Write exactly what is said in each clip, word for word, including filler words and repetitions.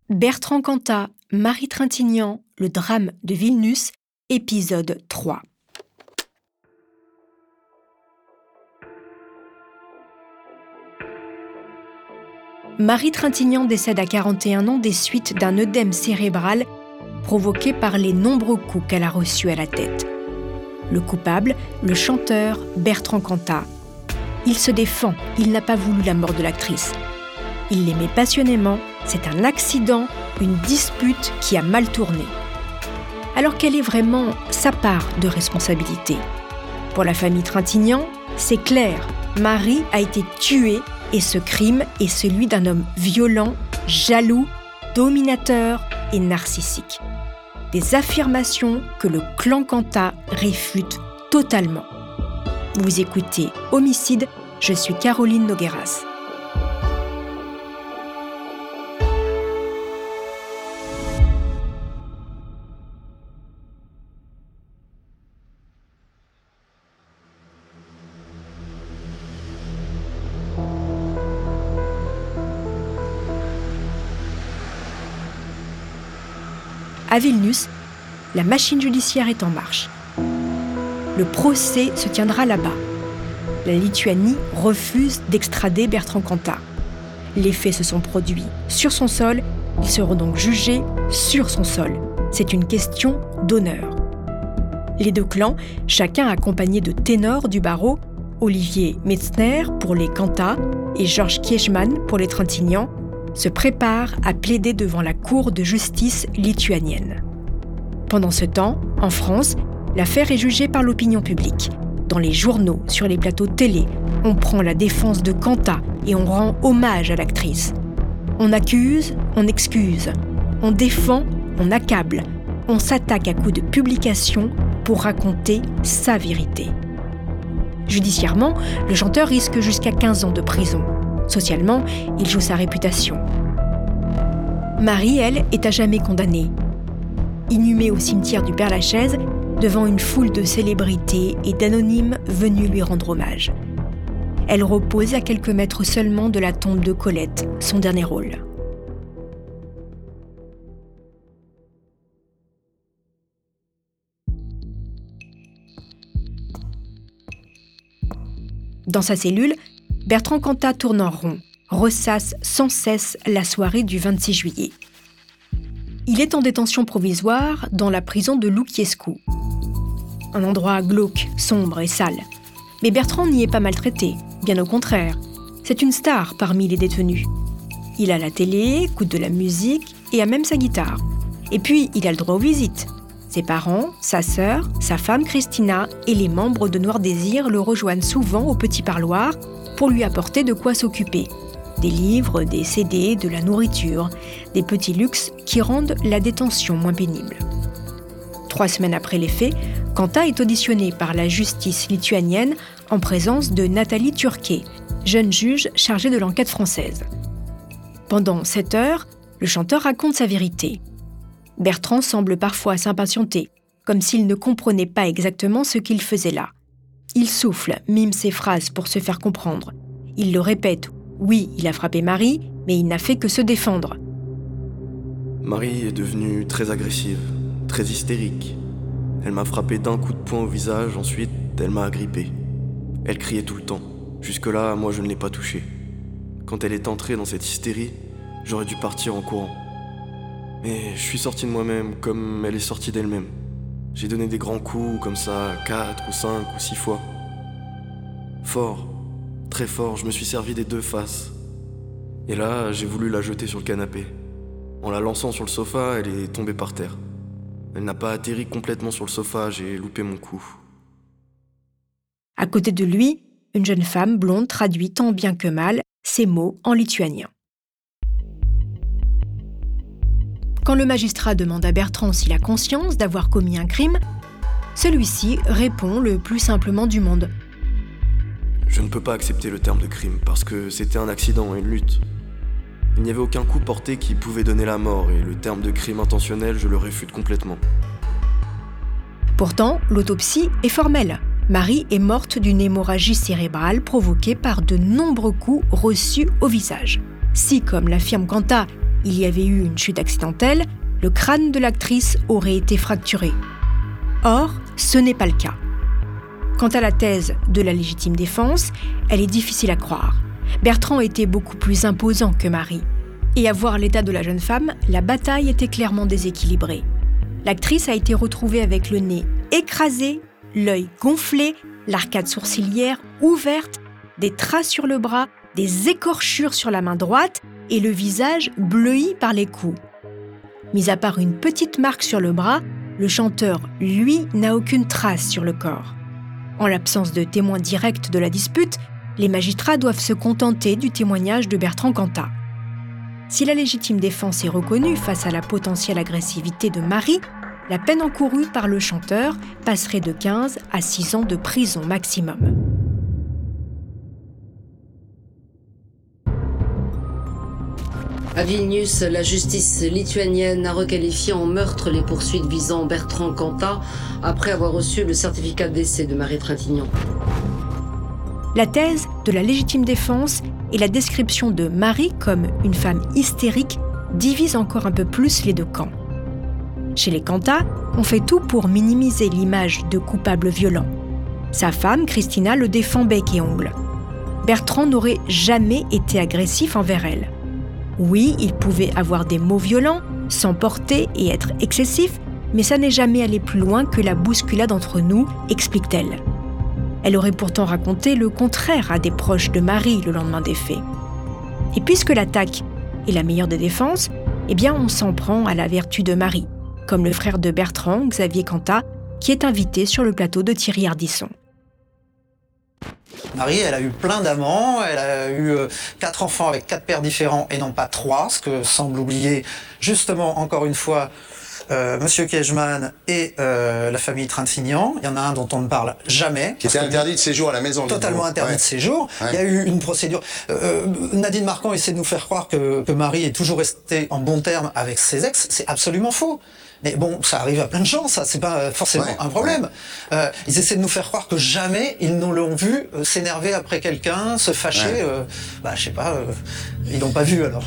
Bertrand Cantat, Marie Trintignant, le drame de Vilnius, épisode trois. Marie Trintignant décède à quarante et un ans des suites d'un œdème cérébral provoqué par les nombreux coups qu'elle a reçus à la tête. Le coupable, le chanteur Bertrand Cantat. Il se défend, il n'a pas voulu la mort de l'actrice. Il l'aimait passionnément, c'est un accident, une dispute qui a mal tourné. Alors quelle est vraiment sa part de responsabilité ? Pour la famille Trintignant, c'est clair, Marie a été tuée et ce crime est celui d'un homme violent, jaloux, dominateur et narcissique. Des affirmations que le clan Cantat réfute totalement. Vous écoutez Homicide, je suis Caroline Nogueras. À Vilnius, la machine judiciaire est en marche. Le procès se tiendra là-bas. La Lituanie refuse d'extrader Bertrand Cantat. Les faits se sont produits sur son sol, ils seront donc jugés sur son sol. C'est une question d'honneur. Les deux clans, chacun accompagné de ténors du barreau, Olivier Metzner pour les Cantat et Georges Kiechman pour les Trintignant, se préparent à plaider devant la Cour de justice lituanienne. Pendant ce temps, en France, l'affaire est jugée par l'opinion publique. Dans les journaux, sur les plateaux télé, on prend la défense de Cantat et on rend hommage à l'actrice. On accuse, on excuse. On défend, on accable. On s'attaque à coups de publication pour raconter sa vérité. Judiciairement, le chanteur risque jusqu'à quinze ans de prison. Socialement, il joue sa réputation. Marie, elle, est à jamais condamnée. Inhumée au cimetière du Père-Lachaise, devant une foule de célébrités et d'anonymes venus lui rendre hommage. Elle repose à quelques mètres seulement de la tombe de Colette, son dernier rôle. Dans sa cellule, Bertrand Cantat tourne en rond, ressasse sans cesse la soirée du vingt-six juillet. Il est en détention provisoire dans la prison de Łukiescu. Un endroit glauque, sombre et sale. Mais Bertrand n'y est pas maltraité, bien au contraire. C'est une star parmi les détenus. Il a la télé, écoute de la musique et a même sa guitare. Et puis, il a le droit aux visites. Ses parents, sa sœur, sa femme Christina et les membres de Noir Désir le rejoignent souvent au petit parloir pour lui apporter de quoi s'occuper. Des livres, des C D, de la nourriture, des petits luxes qui rendent la détention moins pénible. Trois semaines après les faits, Cantat est auditionné par la justice lituanienne en présence de Nathalie Turquet, jeune juge chargée de l'enquête française. Pendant sept heures, le chanteur raconte sa vérité. Bertrand semble parfois s'impatienter, comme s'il ne comprenait pas exactement ce qu'il faisait là. Il souffle, mime ses phrases pour se faire comprendre. Il le répète. Oui, il a frappé Marie, mais il n'a fait que se défendre. Marie est devenue très agressive, très hystérique. Elle m'a frappé d'un coup de poing au visage, ensuite elle m'a agrippé. Elle criait tout le temps. Jusque-là, moi je ne l'ai pas touchée. Quand elle est entrée dans cette hystérie, j'aurais dû partir en courant. Mais je suis sorti de moi-même comme elle est sortie d'elle-même. J'ai donné des grands coups comme ça, quatre ou cinq ou six fois. Fort, très fort, je me suis servi des deux faces. Et là, j'ai voulu la jeter sur le canapé. En la lançant sur le sofa, elle est tombée par terre. Elle n'a pas atterri complètement sur le sofa, j'ai loupé mon coup. À côté de lui, une jeune femme blonde traduit tant bien que mal ces mots en lituanien. Quand le magistrat demande à Bertrand s'il a conscience d'avoir commis un crime, celui-ci répond le plus simplement du monde. Je ne peux pas accepter le terme de crime parce que c'était un accident et une lutte. Il n'y avait aucun coup porté qui pouvait donner la mort et le terme de crime intentionnel, je le réfute complètement. Pourtant, l'autopsie est formelle. Marie est morte d'une hémorragie cérébrale provoquée par de nombreux coups reçus au visage. Si, comme l'affirme Cantat, il y avait eu une chute accidentelle, le crâne de l'actrice aurait été fracturé. Or, ce n'est pas le cas. Quant à la thèse de la légitime défense, elle est difficile à croire. Bertrand était beaucoup plus imposant que Marie. Et à voir l'état de la jeune femme, la bataille était clairement déséquilibrée. L'actrice a été retrouvée avec le nez écrasé, l'œil gonflé, l'arcade sourcilière ouverte, des traces sur le bras, des écorchures sur la main droite et le visage bleui par les coups. Mis à part une petite marque sur le bras, le chanteur, lui, n'a aucune trace sur le corps. En l'absence de témoins directs de la dispute, les magistrats doivent se contenter du témoignage de Bertrand Cantat. Si la légitime défense est reconnue face à la potentielle agressivité de Marie, la peine encourue par le chanteur passerait de quinze à six ans de prison maximum. À Vilnius, la justice lituanienne a requalifié en meurtre les poursuites visant Bertrand Cantat après avoir reçu le certificat de décès de Marie Trintignant. La thèse de la légitime défense et la description de Marie comme une femme hystérique divisent encore un peu plus les deux camps. Chez les Cantat, on fait tout pour minimiser l'image de coupable violent. Sa femme, Christina, le défend bec et ongles. Bertrand n'aurait jamais été agressif envers elle. Oui, il pouvait avoir des mots violents, s'emporter et être excessif, mais ça n'est jamais allé plus loin que la bousculade entre nous, explique-t-elle. Elle aurait pourtant raconté le contraire à des proches de Marie le lendemain des faits. Et puisque l'attaque est la meilleure des défenses, eh bien on s'en prend à la vertu de Marie, comme le frère de Bertrand, Xavier Cantat, qui est invité sur le plateau de Thierry Ardisson. Marie, elle a eu plein d'amants, elle a eu euh, quatre enfants avec quatre pères différents et non pas trois, ce que semble oublier justement encore une fois euh, Monsieur Kejman et euh, la famille Trintignant. Il y en a un dont on ne parle jamais. Qui était interdit de séjour à la maison. Totalement interdit ouais. de séjour. Ouais. Il y a eu une procédure. Euh, Nadine Marquand essaie de nous faire croire que, que Marie est toujours restée en bon terme avec ses ex. C'est absolument faux. Mais bon, ça arrive à plein de gens, ça, c'est pas forcément ouais, un problème. Ouais. Euh, ils essaient de nous faire croire que jamais ils ne l'ont vu euh, s'énerver après quelqu'un, se fâcher. Ouais. Euh, bah, je sais pas, euh, ils l'ont pas vu alors.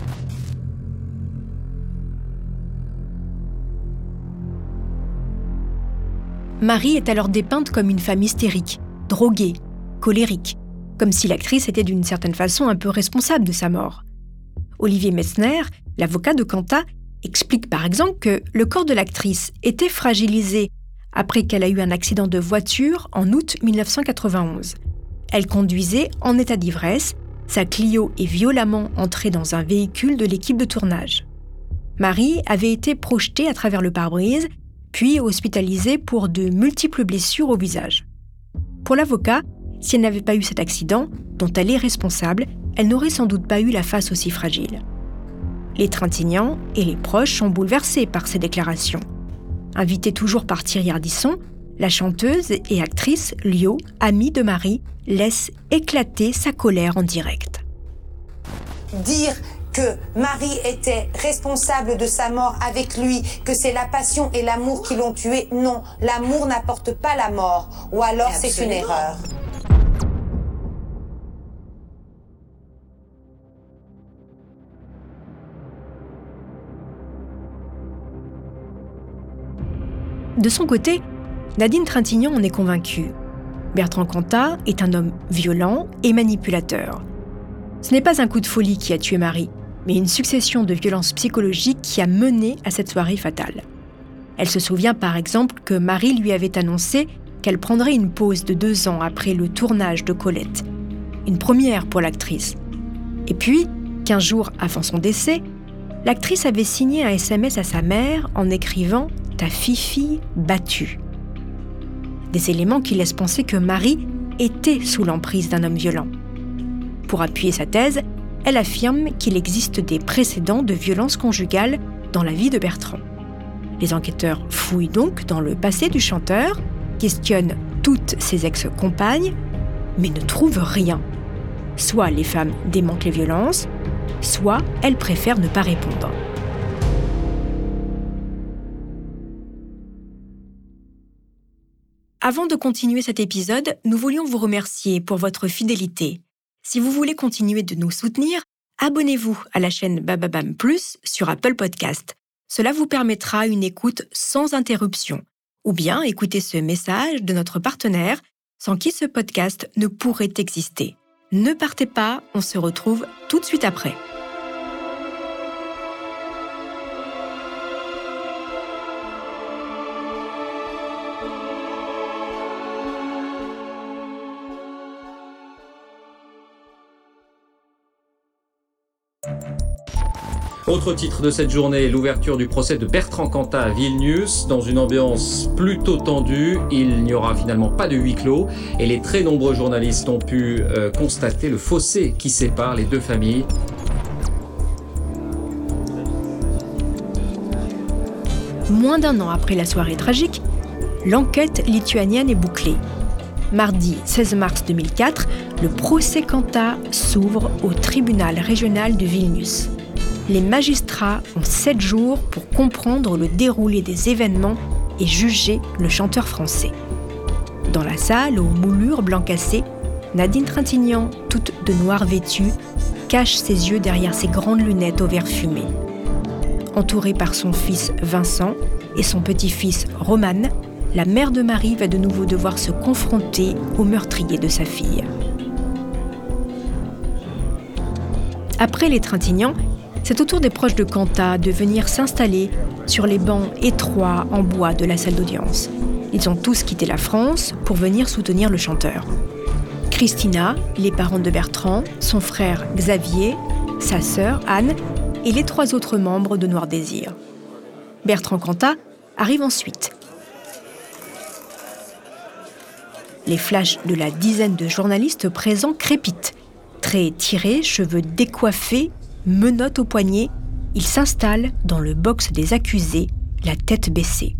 Marie est alors dépeinte comme une femme hystérique, droguée, colérique, comme si l'actrice était d'une certaine façon un peu responsable de sa mort. Olivier Messner, l'avocat de Cantat, explique par exemple que le corps de l'actrice était fragilisé après qu'elle a eu un accident de voiture en août dix-neuf cent quatre-vingt-onze. Elle conduisait en état d'ivresse, sa Clio est violemment entrée dans un véhicule de l'équipe de tournage. Marie avait été projetée à travers le pare-brise, puis hospitalisée pour de multiples blessures au visage. Pour l'avocat, si elle n'avait pas eu cet accident, dont elle est responsable, elle n'aurait sans doute pas eu la face aussi fragile. Les Trintignant et les proches sont bouleversés par ces déclarations. Invitée toujours par Thierry Ardisson, la chanteuse et actrice Lio, amie de Marie, laisse éclater sa colère en direct. Dire que Marie était responsable de sa mort avec lui, que c'est la passion et l'amour qui l'ont tué, non, l'amour n'apporte pas la mort, ou alors c'est une erreur. De son côté, Nadine Trintignant en est convaincue. Bertrand Cantat est un homme violent et manipulateur. Ce n'est pas un coup de folie qui a tué Marie, mais une succession de violences psychologiques qui a mené à cette soirée fatale. Elle se souvient par exemple que Marie lui avait annoncé qu'elle prendrait une pause de deux ans après le tournage de Colette. Une première pour l'actrice. Et puis, quinze jours avant son décès, l'actrice avait signé un S M S à sa mère en écrivant « Ta fille-fille battue ». Des éléments qui laissent penser que Marie était sous l'emprise d'un homme violent. Pour appuyer sa thèse, elle affirme qu'il existe des précédents de violences conjugales dans la vie de Bertrand. Les enquêteurs fouillent donc dans le passé du chanteur, questionnent toutes ses ex-compagnes, mais ne trouvent rien. Soit les femmes démentent les violences, soit elles préfèrent ne pas répondre. Avant de continuer cet épisode, nous voulions vous remercier pour votre fidélité. Si vous voulez continuer de nous soutenir, abonnez-vous à la chaîne Bababam Plus sur Apple Podcast. Cela vous permettra une écoute sans interruption. Ou bien écoutez ce message de notre partenaire sans qui ce podcast ne pourrait exister. Ne partez pas, on se retrouve tout de suite après. Autre titre de cette journée, l'ouverture du procès de Bertrand Cantat à Vilnius. Dans une ambiance plutôt tendue, il n'y aura finalement pas de huis clos et les très nombreux journalistes ont pu euh, constater le fossé qui sépare les deux familles. Moins d'un an après la soirée tragique, l'enquête lituanienne est bouclée. Mardi seize mars deux mille quatre, le procès Cantat s'ouvre au tribunal régional de Vilnius. Les magistrats ont sept jours pour comprendre le déroulé des événements et juger le chanteur français. Dans la salle, aux moulures blanc cassé, Nadine Trintignant, toute de noir vêtue, cache ses yeux derrière ses grandes lunettes au verre fumé. Entourée par son fils Vincent et son petit-fils Roman, la mère de Marie va de nouveau devoir se confronter au meurtrier de sa fille. Après les Trintignant, c'est au tour des proches de Cantat de venir s'installer sur les bancs étroits en bois de la salle d'audience. Ils ont tous quitté la France pour venir soutenir le chanteur. Christina, les parents de Bertrand, son frère Xavier, sa sœur Anne et les trois autres membres de Noir Désir. Bertrand Cantat arrive ensuite. Les flashs de la dizaine de journalistes présents crépitent. Traits tirés, cheveux décoiffés, menottes au poignet, il s'installe dans le box des accusés, la tête baissée.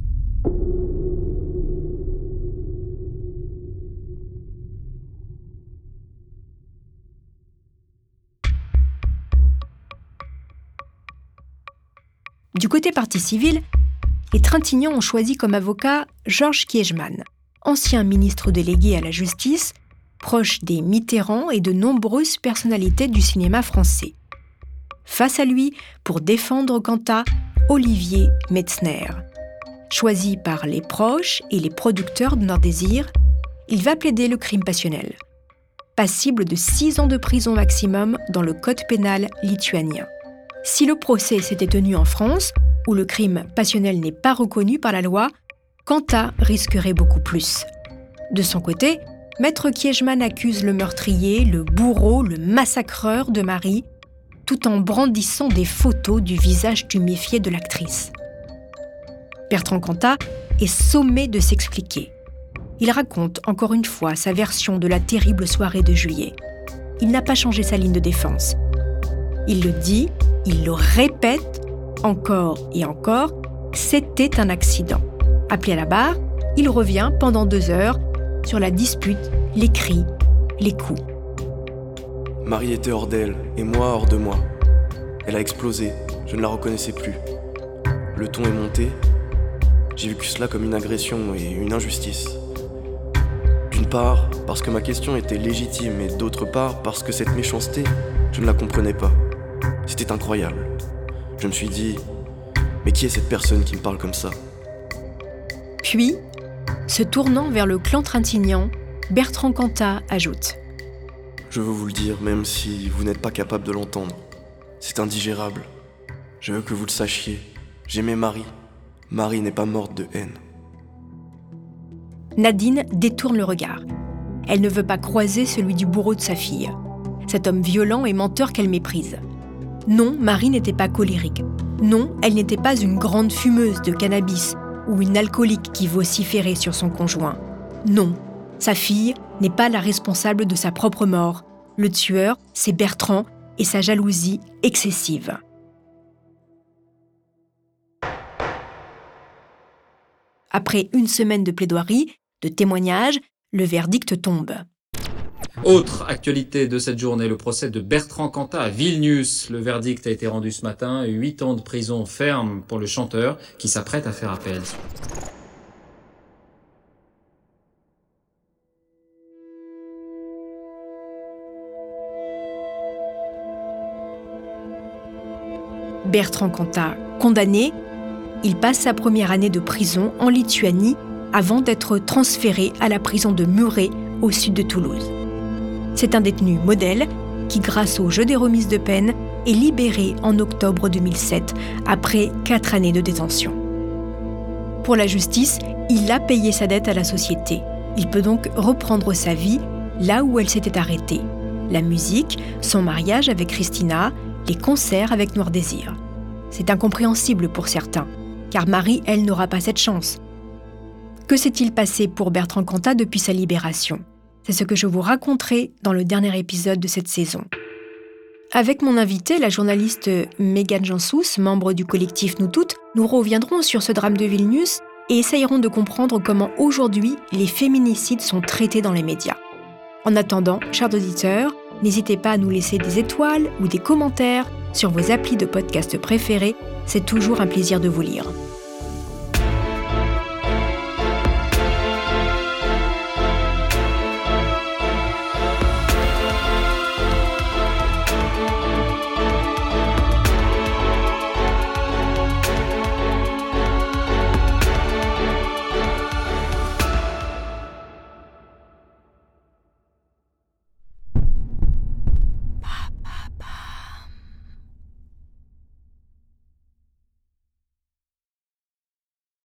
Du côté partie civile, les Trintignant ont choisi comme avocat Georges Kiejman, ancien ministre délégué à la justice, proche des Mitterrand et de nombreuses personnalités du cinéma français. Face à lui, pour défendre Cantat, Olivier Metzner. Choisi par les proches et les producteurs de Noir Désir, il va plaider le crime passionnel. Passible de six ans de prison maximum dans le code pénal lituanien. Si le procès s'était tenu en France, où le crime passionnel n'est pas reconnu par la loi, Cantat risquerait beaucoup plus. De son côté, Maître Kiejman accuse le meurtrier, le bourreau, le massacreur de Marie, tout en brandissant des photos du visage tuméfié de l'actrice. Bertrand Cantat est sommé de s'expliquer. Il raconte encore une fois sa version de la terrible soirée de juillet. Il n'a pas changé sa ligne de défense. Il le dit, il le répète, encore et encore, c'était un accident. Appelé à la barre, il revient pendant deux heures sur la dispute, les cris, les coups. Marie était hors d'elle, et moi hors de moi. Elle a explosé, je ne la reconnaissais plus. Le ton est monté, j'ai vécu cela comme une agression et une injustice. D'une part, parce que ma question était légitime, et d'autre part, parce que cette méchanceté, je ne la comprenais pas. C'était incroyable. Je me suis dit, mais qui est cette personne qui me parle comme ça ? Puis, se tournant vers le clan Trintignant, Bertrand Cantat ajoute : Je veux vous le dire, même si vous n'êtes pas capable de l'entendre. C'est indigérable. Je veux que vous le sachiez. J'aimais Marie. Marie n'est pas morte de haine. Nadine détourne le regard. Elle ne veut pas croiser celui du bourreau de sa fille. Cet homme violent et menteur qu'elle méprise. Non, Marie n'était pas colérique. Non, elle n'était pas une grande fumeuse de cannabis ou une alcoolique qui vociférait sur son conjoint. Non, sa fille n'est pas la responsable de sa propre mort. Le tueur, c'est Bertrand et sa jalousie excessive. Après une semaine de plaidoirie, de témoignages, le verdict tombe. Autre actualité de cette journée, le procès de Bertrand Cantat à Vilnius. Le verdict a été rendu ce matin, huit ans de prison ferme pour le chanteur qui s'apprête à faire appel. Bertrand Cantat, condamné, il passe sa première année de prison en Lituanie avant d'être transféré à la prison de Muret, au sud de Toulouse. C'est un détenu modèle qui, grâce au jeu des remises de peine, est libéré en octobre deux mille sept, après quatre années de détention. Pour la justice, il a payé sa dette à la société. Il peut donc reprendre sa vie là où elle s'était arrêtée. La musique, son mariage avec Christina, les concerts avec Noir Désir. C'est incompréhensible pour certains, car Marie, elle, n'aura pas cette chance. Que s'est-il passé pour Bertrand Cantat depuis sa libération ? C'est ce que je vous raconterai dans le dernier épisode de cette saison. Avec mon invitée, la journaliste Mégane Jansous, membre du collectif Nous Toutes, nous reviendrons sur ce drame de Vilnius et essayerons de comprendre comment aujourd'hui les féminicides sont traités dans les médias. En attendant, chers auditeurs, n'hésitez pas à nous laisser des étoiles ou des commentaires sur vos applis de podcast préférés, c'est toujours un plaisir de vous lire.